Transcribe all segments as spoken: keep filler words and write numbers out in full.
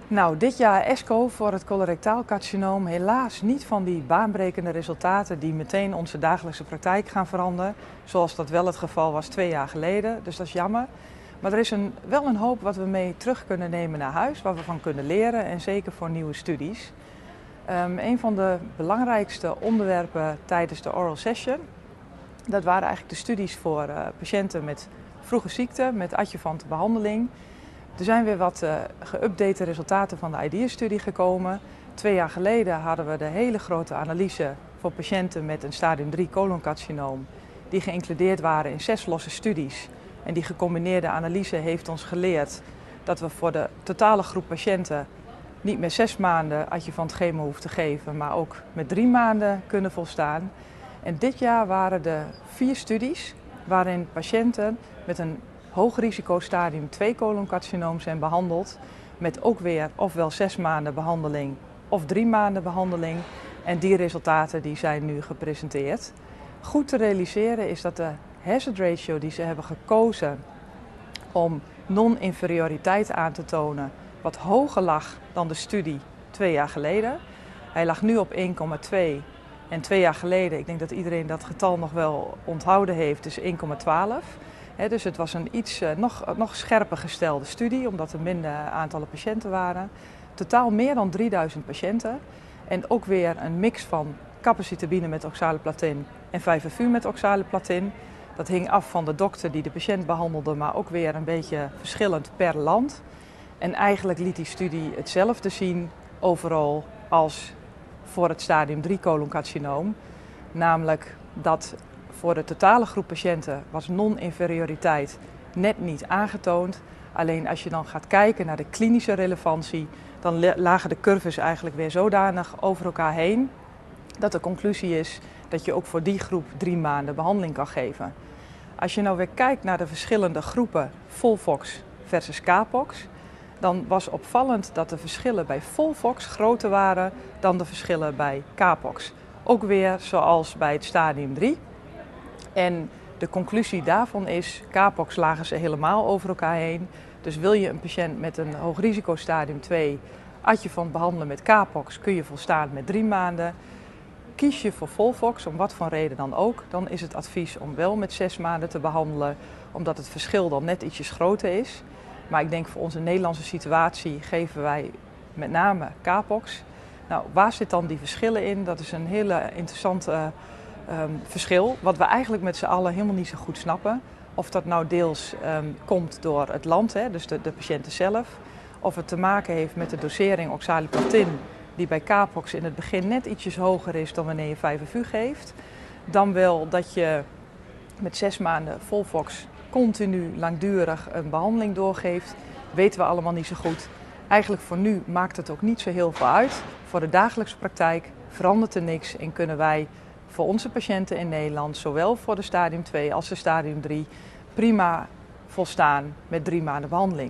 Nou, dit jaar ESCO voor het colorectaal carcinoom helaas niet van die baanbrekende resultaten die meteen onze dagelijkse praktijk gaan veranderen, zoals dat wel het geval was twee jaar geleden, dus dat is jammer. Maar er is een, wel een hoop wat we mee terug kunnen nemen naar huis, waar we van kunnen leren en zeker voor nieuwe studies. Um, een van de belangrijkste onderwerpen tijdens de oral session, dat waren eigenlijk de studies voor uh, patiënten met vroege ziekte, met adjuvante behandeling. Er zijn weer wat uh, geüpdate resultaten van de IDEA-studie gekomen. Twee jaar geleden hadden we de hele grote analyse voor patiënten met een stadium drie coloncarcinoom, die geïncludeerd waren in zes losse studies. En die gecombineerde analyse heeft ons geleerd dat we voor de totale groep patiënten niet meer zes maanden adjuvant chemo hoeven te geven, maar ook met drie maanden kunnen volstaan. En dit jaar waren er vier studies waarin patiënten met een hoog risico stadium twee coloncarcinoom zijn behandeld, met ook weer ofwel zes maanden behandeling of drie maanden behandeling. En die resultaten die zijn nu gepresenteerd. Goed te realiseren is dat de hazard ratio die ze hebben gekozen om non-inferioriteit aan te tonen wat hoger lag dan de studie twee jaar geleden. Hij lag nu op één komma twee en twee jaar geleden, ik denk dat iedereen dat getal nog wel onthouden heeft, dus één komma twaalf. He, dus het was een iets uh, nog, nog scherper gestelde studie, omdat er minder aantallen patiënten waren. Totaal meer dan drieduizend patiënten. En ook weer een mix van capecitabine met oxaliplatin en vijf F U met oxaliplatin. Dat hing af van de dokter die de patiënt behandelde, maar ook weer een beetje verschillend per land. En eigenlijk liet die studie hetzelfde zien overal als voor het stadium drie coloncarcinoom. Namelijk dat voor de totale groep patiënten was non-inferioriteit net niet aangetoond. Alleen als je dan gaat kijken naar de klinische relevantie, dan lagen de curves eigenlijk weer zodanig over elkaar heen dat de conclusie is dat je ook voor die groep drie maanden behandeling kan geven. Als je nou weer kijkt naar de verschillende groepen FOLFOX versus CAPOX, dan was opvallend dat de verschillen bij FOLFOX groter waren dan de verschillen bij CAPOX. Ook weer zoals bij het stadium drie. En de conclusie daarvan is, CAPOX lagen ze helemaal over elkaar heen. Dus wil je een patiënt met een hoog risico stadium twee adjuvant behandelen met CAPOX, kun je volstaan met drie maanden. Kies je voor FOLFOX, om wat voor reden dan ook, dan is het advies om wel met zes maanden te behandelen, omdat het verschil dan net ietsjes groter is. Maar ik denk voor onze Nederlandse situatie geven wij met name CAPOX. Nou, waar zit dan die verschillen in? Dat is een hele interessante uh, um, verschil, wat we eigenlijk met z'n allen helemaal niet zo goed snappen. Of dat nou deels um, komt door het land, hè, dus de, de patiënten zelf, of het te maken heeft met de dosering oxaliplatin, die bij CAPOX in het begin net ietsjes hoger is dan wanneer je vijf F U geeft. Dan wel dat je met zes maanden FOLFOX continu langdurig een behandeling doorgeeft, weten we allemaal niet zo goed. Eigenlijk voor nu maakt het ook niet zo heel veel uit. Voor de dagelijkse praktijk verandert er niks en kunnen wij voor onze patiënten in Nederland, zowel voor de stadium twee als de stadium drie, prima volstaan met drie maanden behandeling.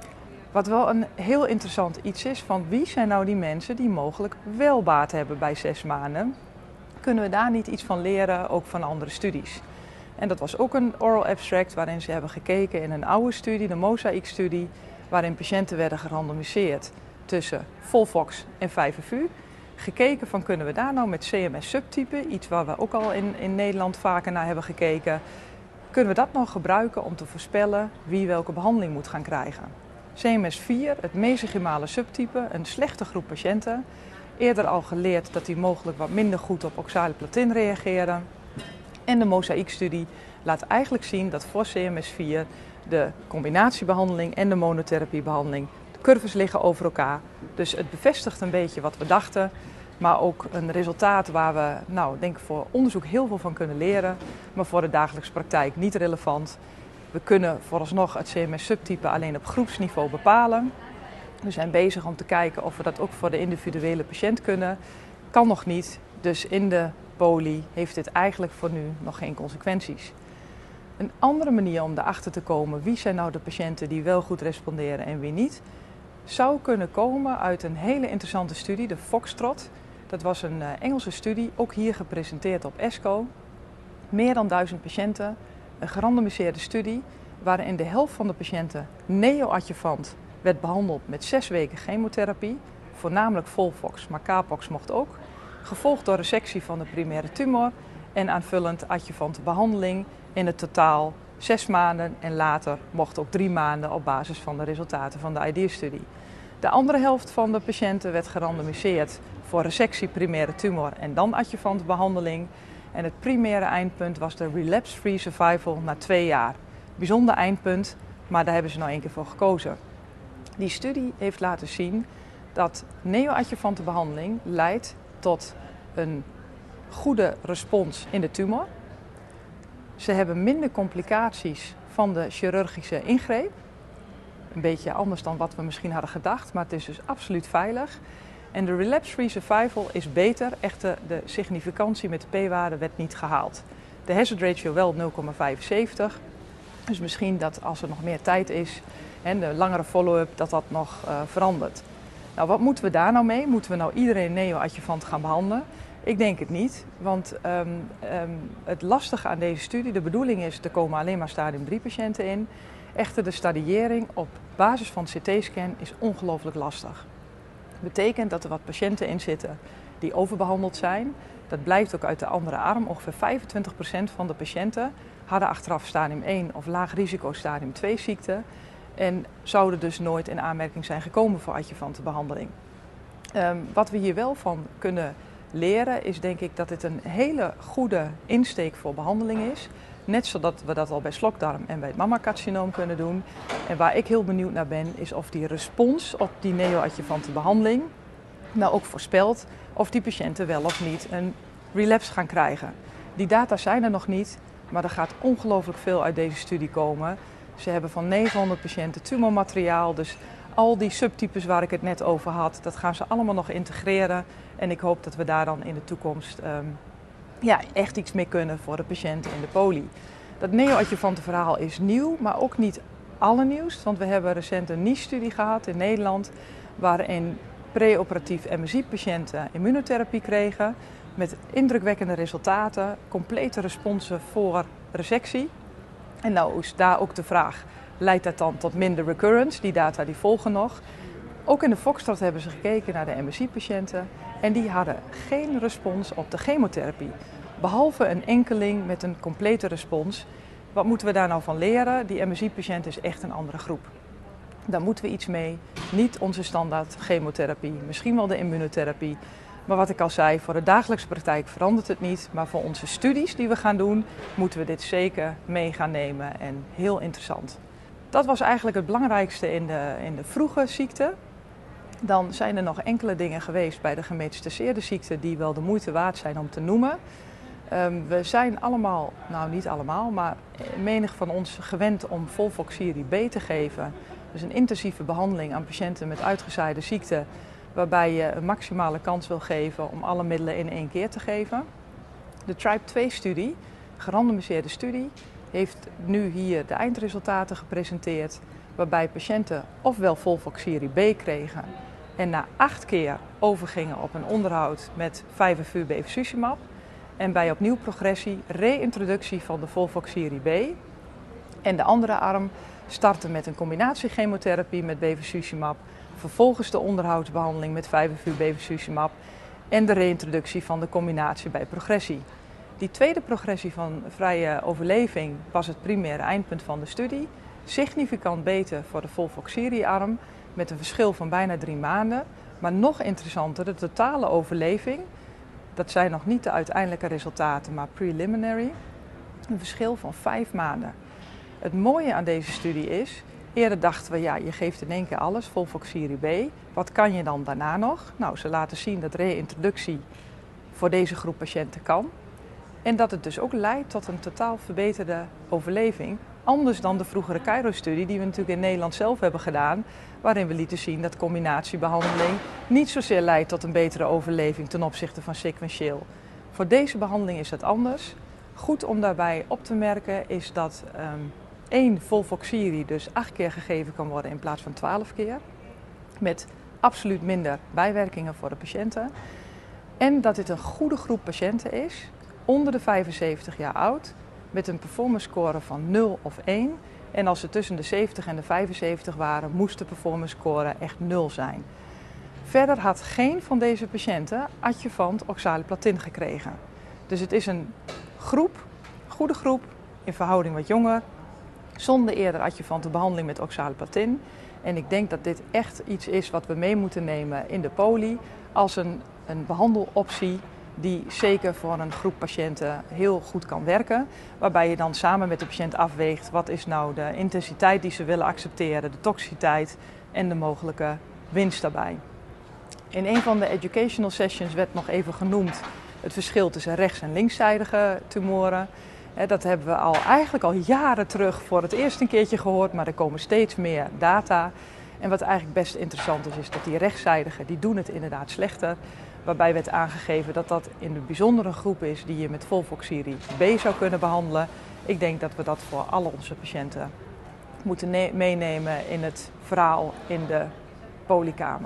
Wat wel een heel interessant iets is, van wie zijn nou die mensen die mogelijk wel baat hebben bij zes maanden? Kunnen we daar niet iets van leren, ook van andere studies? En dat was ook een oral abstract waarin ze hebben gekeken in een oude studie, de MOSAIC-studie, waarin patiënten werden gerandomiseerd tussen FOLFOX en vijf F U. Gekeken van, kunnen we daar nou met C M S-subtype, iets waar we ook al in, in Nederland vaker naar hebben gekeken, kunnen we dat nog gebruiken om te voorspellen wie welke behandeling moet gaan krijgen? C M S vier, het mesenchymale subtype, een slechte groep patiënten. Eerder al geleerd dat die mogelijk wat minder goed op oxaliplatin reageren. En de MOSAIC-studie laat eigenlijk zien dat voor C M S vier de combinatiebehandeling en de monotherapiebehandeling, de curves liggen over elkaar. Dus het bevestigt een beetje wat we dachten, maar ook een resultaat waar we, nou, denk ik voor onderzoek heel veel van kunnen leren, maar voor de dagelijkse praktijk niet relevant. We kunnen vooralsnog het C M S-subtype alleen op groepsniveau bepalen. We zijn bezig om te kijken of we dat ook voor de individuele patiënt kunnen. Kan nog niet, dus in de poli heeft dit eigenlijk voor nu nog geen consequenties. Een andere manier om erachter te komen wie zijn nou de patiënten die wel goed responderen en wie niet, zou kunnen komen uit een hele interessante studie, de Foxtrot. Dat was een Engelse studie, ook hier gepresenteerd op ESCO. Meer dan duizend patiënten, een gerandomiseerde studie waarin de helft van de patiënten neoadjuvant werd behandeld met zes weken chemotherapie, voornamelijk Volvox, maar Capox mocht ook, gevolgd door resectie van de primaire tumor en aanvullend adjuvante behandeling in het totaal zes maanden en later mocht ook drie maanden op basis van de resultaten van de IDEA-studie. De andere helft van de patiënten werd gerandomiseerd voor resectie, primaire tumor en dan adjuvante behandeling. En het primaire eindpunt was de relapse-free survival na twee jaar. Bijzonder eindpunt, maar daar hebben ze nou één keer voor gekozen. Die studie heeft laten zien dat neoadjuvante behandeling leidt tot een goede respons in de tumor. Ze hebben minder complicaties van de chirurgische ingreep. Een beetje anders dan wat we misschien hadden gedacht, maar het is dus absoluut veilig. En de relapse-free survival is beter, echter de significantie met de p-waarde werd niet gehaald. De hazard ratio wel nul komma vijfenzeventig, dus misschien dat als er nog meer tijd is en de langere follow-up dat dat nog uh, verandert. Nou, wat moeten we daar nou mee? Moeten we nou iedereen neoadjuvant gaan behandelen? Ik denk het niet, want um, um, het lastige aan deze studie, de bedoeling is, er komen alleen maar stadium drie patiënten in. Echter, de stadiëring op basis van C T-scan is ongelooflijk lastig. Dat betekent dat er wat patiënten in zitten die overbehandeld zijn. Dat blijkt ook uit de andere arm. Ongeveer vijfentwintig procent van de patiënten hadden achteraf stadium één of laag risico stadium twee ziekte. En zouden dus nooit in aanmerking zijn gekomen voor adjuvante behandeling. Um, wat we hier wel van kunnen leren is denk ik dat dit een hele goede insteek voor behandeling is. Net zodat we dat al bij slokdarm en bij het mammacarcinoom kunnen doen. En waar ik heel benieuwd naar ben is of die respons op die neoadjuvante behandeling nou ook voorspelt of die patiënten wel of niet een relapse gaan krijgen. Die data zijn er nog niet, maar er gaat ongelooflijk veel uit deze studie komen. Ze hebben van negenhonderd patiënten tumormateriaal, dus al die subtypes waar ik het net over had, dat gaan ze allemaal nog integreren. En ik hoop dat we daar dan in de toekomst um, ja, echt iets mee kunnen voor de patiënt in de poli. Dat neoadjuvante verhaal is nieuw, maar ook niet allernieuwst. Want we hebben recent een niche-studie gehad in Nederland waarin preoperatief M S I-patiënten immunotherapie kregen met indrukwekkende resultaten, complete responsen voor resectie. En nou is daar ook de vraag, leidt dat dan tot minder recurrence? Die data die volgen nog. Ook in de Foxtrot hebben ze gekeken naar de M S I-patiënten en die hadden geen respons op de chemotherapie. Behalve een enkeling met een complete respons. Wat moeten we daar nou van leren? Die M S I-patiënt is echt een andere groep. Daar moeten we iets mee. Niet onze standaard chemotherapie, misschien wel de immunotherapie. Maar wat ik al zei, voor de dagelijkse praktijk verandert het niet. Maar voor onze studies die we gaan doen, moeten we dit zeker mee gaan nemen en heel interessant. Dat was eigenlijk het belangrijkste in de, in de vroege ziekte. Dan zijn er nog enkele dingen geweest bij de gemetastaseerde ziekte die wel de moeite waard zijn om te noemen. Um, we zijn allemaal, nou niet allemaal, maar menig van ons gewend om Volvoxiri B te geven. Dus een intensieve behandeling aan patiënten met uitgezaaide ziekte, waarbij je een maximale kans wil geven om alle middelen in één keer te geven. De TRIBE twee studie, gerandomiseerde studie, heeft nu hier de eindresultaten gepresenteerd, waarbij patiënten ofwel Volvoxiri B kregen en na acht keer overgingen op een onderhoud met vijf F U bevacizumab. En bij opnieuw progressie reintroductie van de Volvoxiri B. En de andere arm startte met een combinatie chemotherapie met bevacizumab. Vervolgens de onderhoudsbehandeling met vijf F U bevacizumab. En de reintroductie van de combinatie bij progressie. Die tweede progressie van vrije overleving was het primaire eindpunt van de studie. Significant beter voor de Volvoxiri-arm met een verschil van bijna drie maanden. Maar nog interessanter, de totale overleving. Dat zijn nog niet de uiteindelijke resultaten, maar preliminary. Een verschil van vijf maanden. Het mooie aan deze studie is, eerder dachten we, ja, je geeft in één keer alles, Volvoxiri B. Wat kan je dan daarna nog? Nou, ze laten zien dat reintroductie voor deze groep patiënten kan. En dat het dus ook leidt tot een totaal verbeterde overleving. Anders dan de vroegere Cairo-studie die we natuurlijk in Nederland zelf hebben gedaan. Waarin we lieten zien dat combinatiebehandeling niet zozeer leidt tot een betere overleving ten opzichte van sequentieel. Voor deze behandeling is dat anders. Goed om daarbij op te merken is dat um, één Volvoxiri dus acht keer gegeven kan worden in plaats van twaalf keer. Met absoluut minder bijwerkingen voor de patiënten. En dat dit een goede groep patiënten is, onder de vijfenzeventig jaar oud, met een performance score van nul of één, En als ze tussen de zeventig en de vijfenzeventig waren, moest de performance score echt nul zijn. Verder had geen van deze patiënten adjuvant oxaliplatin gekregen. Dus het is een groep, goede groep, in verhouding wat jonger, zonder eerder adjuvante behandeling met oxaliplatin. En ik denk dat dit echt iets is wat we mee moeten nemen in de poli als een, een behandeloptie die zeker voor een groep patiënten heel goed kan werken. Waarbij je dan samen met de patiënt afweegt wat is nou de intensiteit die ze willen accepteren, de toxiciteit en de mogelijke winst daarbij. In een van de educational sessions werd nog even genoemd het verschil tussen rechts- en linkszijdige tumoren. Dat hebben we al eigenlijk al jaren terug voor het eerst een keertje gehoord, maar er komen steeds meer data. En wat eigenlijk best interessant is, is dat die rechtszijdigen, die doen het inderdaad slechter. Waarbij werd aangegeven dat dat in de bijzondere groep is die je met Volvoxiri B zou kunnen behandelen. Ik denk dat we dat voor alle onze patiënten moeten meenemen in het verhaal in de polykamer.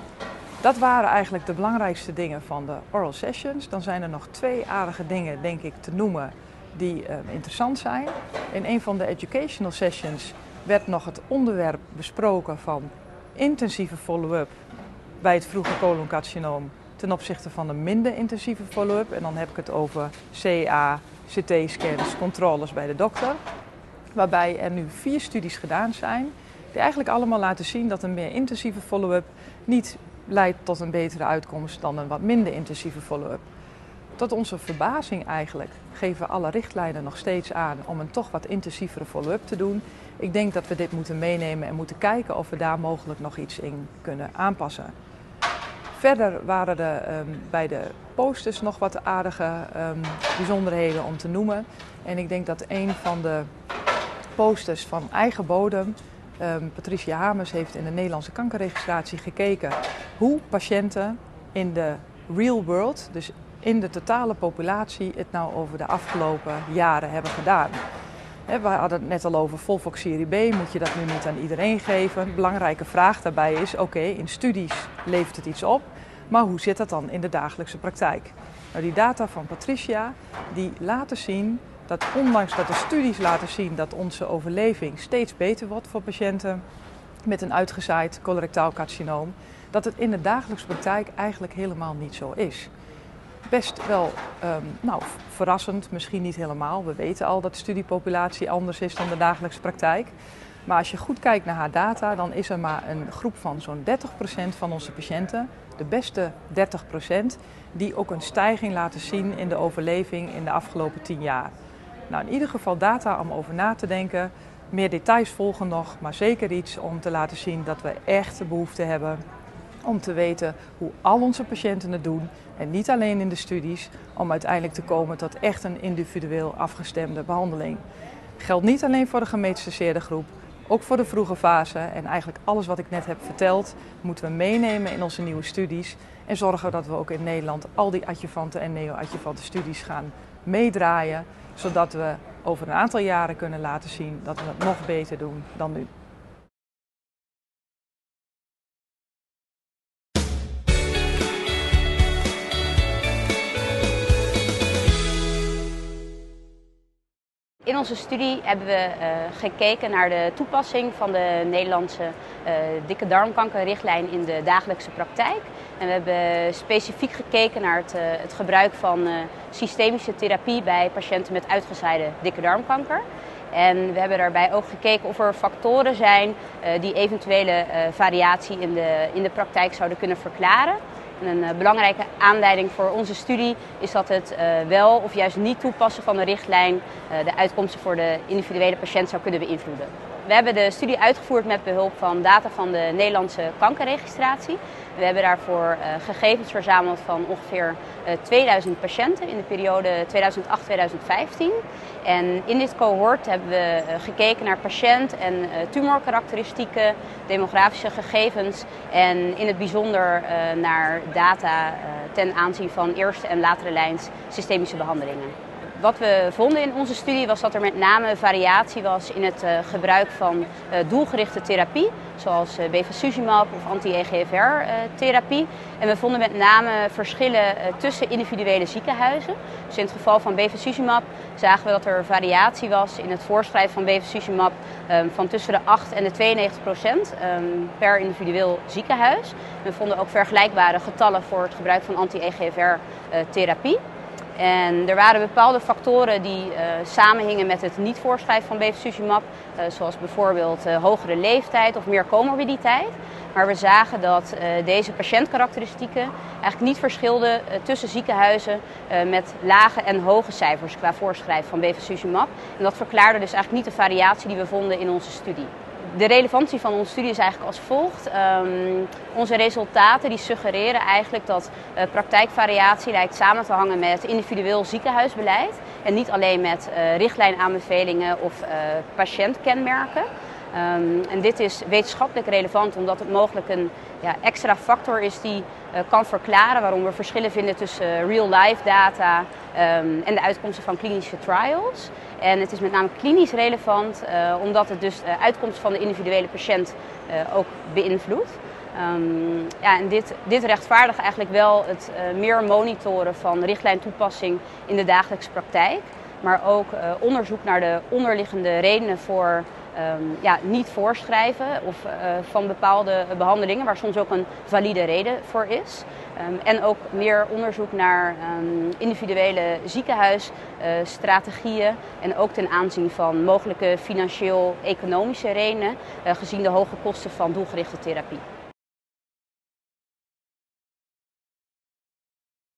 Dat waren eigenlijk de belangrijkste dingen van de oral sessions. Dan zijn er nog twee aardige dingen, denk ik, te noemen die uh, interessant zijn. In een van de educational sessions werd nog het onderwerp besproken van intensieve follow-up bij het vroege coloncarcinoom ten opzichte van een minder intensieve follow-up. En dan heb ik het over C A, C T-scans, controles bij de dokter. Waarbij er nu vier studies gedaan zijn die eigenlijk allemaal laten zien dat een meer intensieve follow-up niet leidt tot een betere uitkomst dan een wat minder intensieve follow-up. Tot onze verbazing eigenlijk geven alle richtlijnen nog steeds aan om een toch wat intensievere follow-up te doen. Ik denk dat we dit moeten meenemen en moeten kijken of we daar mogelijk nog iets in kunnen aanpassen. Verder waren er um, bij de posters nog wat aardige um, bijzonderheden om te noemen. En ik denk dat een van de posters van eigen bodem, um, Patricia Hamers heeft in de Nederlandse kankerregistratie gekeken hoe patiënten in de real world, dus in de totale populatie, het nou over de afgelopen jaren hebben gedaan. We hadden het net al over Volvoxiri B, moet je dat nu niet aan iedereen geven? Een belangrijke vraag daarbij is, oké, okay, in studies levert het iets op, maar hoe zit dat dan in de dagelijkse praktijk? Nou, die data van Patricia, die laten zien dat ondanks dat de studies laten zien dat onze overleving steeds beter wordt voor patiënten met een uitgezaaid colorectaal carcinoom, dat het in de dagelijkse praktijk eigenlijk helemaal niet zo is. Best wel um, nou, verrassend, misschien niet helemaal. We weten al dat de studiepopulatie anders is dan de dagelijkse praktijk. Maar als je goed kijkt naar haar data, dan is er maar een groep van zo'n dertig procent van onze patiënten, de beste dertig procent, die ook een stijging laten zien in de overleving in de afgelopen tien jaar. Nou, in ieder geval data om over na te denken. Meer details volgen nog, maar zeker iets om te laten zien dat we echt de behoefte hebben om te weten hoe al onze patiënten het doen en niet alleen in de studies, om uiteindelijk te komen tot echt een individueel afgestemde behandeling. Geldt niet alleen voor de gemetastaseerde groep, ook voor de vroege fase en eigenlijk alles wat ik net heb verteld moeten we meenemen in onze nieuwe studies en zorgen dat we ook in Nederland al die adjuvante en neo-adjuvante studies gaan meedraaien, zodat we over een aantal jaren kunnen laten zien dat we het nog beter doen dan nu. In onze studie hebben we uh, gekeken naar de toepassing van de Nederlandse uh, dikke darmkankerrichtlijn in de dagelijkse praktijk. En we hebben specifiek gekeken naar het, uh, het gebruik van uh, systemische therapie bij patiënten met uitgezaaide dikke darmkanker. En we hebben daarbij ook gekeken of er factoren zijn uh, die eventuele uh, variatie in de, in de praktijk zouden kunnen verklaren. En een uh, belangrijke aanleiding voor onze studie is dat het uh, wel of juist niet toepassen van de richtlijn uh, de uitkomsten voor de individuele patiënt zou kunnen beïnvloeden. We hebben de studie uitgevoerd met behulp van data van de Nederlandse kankerregistratie. We hebben daarvoor uh, gegevens verzameld van ongeveer uh, tweeduizend patiënten in de periode tweeduizend acht tot tweeduizend vijftien. En in dit cohort hebben we uh, gekeken naar patiënt- en uh, tumorkarakteristieken, demografische gegevens en in het bijzonder uh, naar data uh, ten aanzien van eerste en latere lijns systemische behandelingen. Wat we vonden in onze studie was dat er met name variatie was in het uh, gebruik van uh, doelgerichte therapie, zoals uh, bevacizumab of anti-E G F R-therapie. Uh, en we vonden met name verschillen uh, tussen individuele ziekenhuizen. Dus in het geval van bevacizumab zagen we dat er variatie was in het voorschrijven van bevacizumab um, van tussen de acht en de tweeënnegentig procent um, per individueel ziekenhuis. We vonden ook vergelijkbare getallen voor het gebruik van anti-E G F R-therapie. En er waren bepaalde factoren die uh, samenhingen met het niet voorschrijven van bevacizumab, uh, zoals bijvoorbeeld uh, hogere leeftijd of meer comorbiditeit. Maar we zagen dat uh, deze patiëntkarakteristieken eigenlijk niet verschilden uh, tussen ziekenhuizen uh, met lage en hoge cijfers qua voorschrijven van bevacizumab. En dat verklaarde dus eigenlijk niet de variatie die we vonden in onze studie. De relevantie van onze studie is eigenlijk als volgt. Um, onze resultaten die suggereren eigenlijk dat uh, praktijkvariatie lijkt samen te hangen met individueel ziekenhuisbeleid en niet alleen met uh, richtlijnaanbevelingen of uh, patiëntkenmerken. Um, en dit is wetenschappelijk relevant omdat het mogelijk een ja, extra factor is die uh, kan verklaren waarom we verschillen vinden tussen uh, real-life data um, en de uitkomsten van klinische trials. En het is met name klinisch relevant uh, omdat het dus de uitkomst van de individuele patiënt uh, ook beïnvloedt. Um, ja, en dit, dit rechtvaardigt eigenlijk wel het uh, meer monitoren van richtlijntoepassing in de dagelijkse praktijk. Maar ook uh, onderzoek naar de onderliggende redenen voor um, ja, niet voorschrijven of uh, van bepaalde behandelingen waar soms ook een valide reden voor is. Um, en ook meer onderzoek naar um, individuele ziekenhuisstrategieën uh, en ook ten aanzien van mogelijke financieel-economische redenen uh, gezien de hoge kosten van doelgerichte therapie.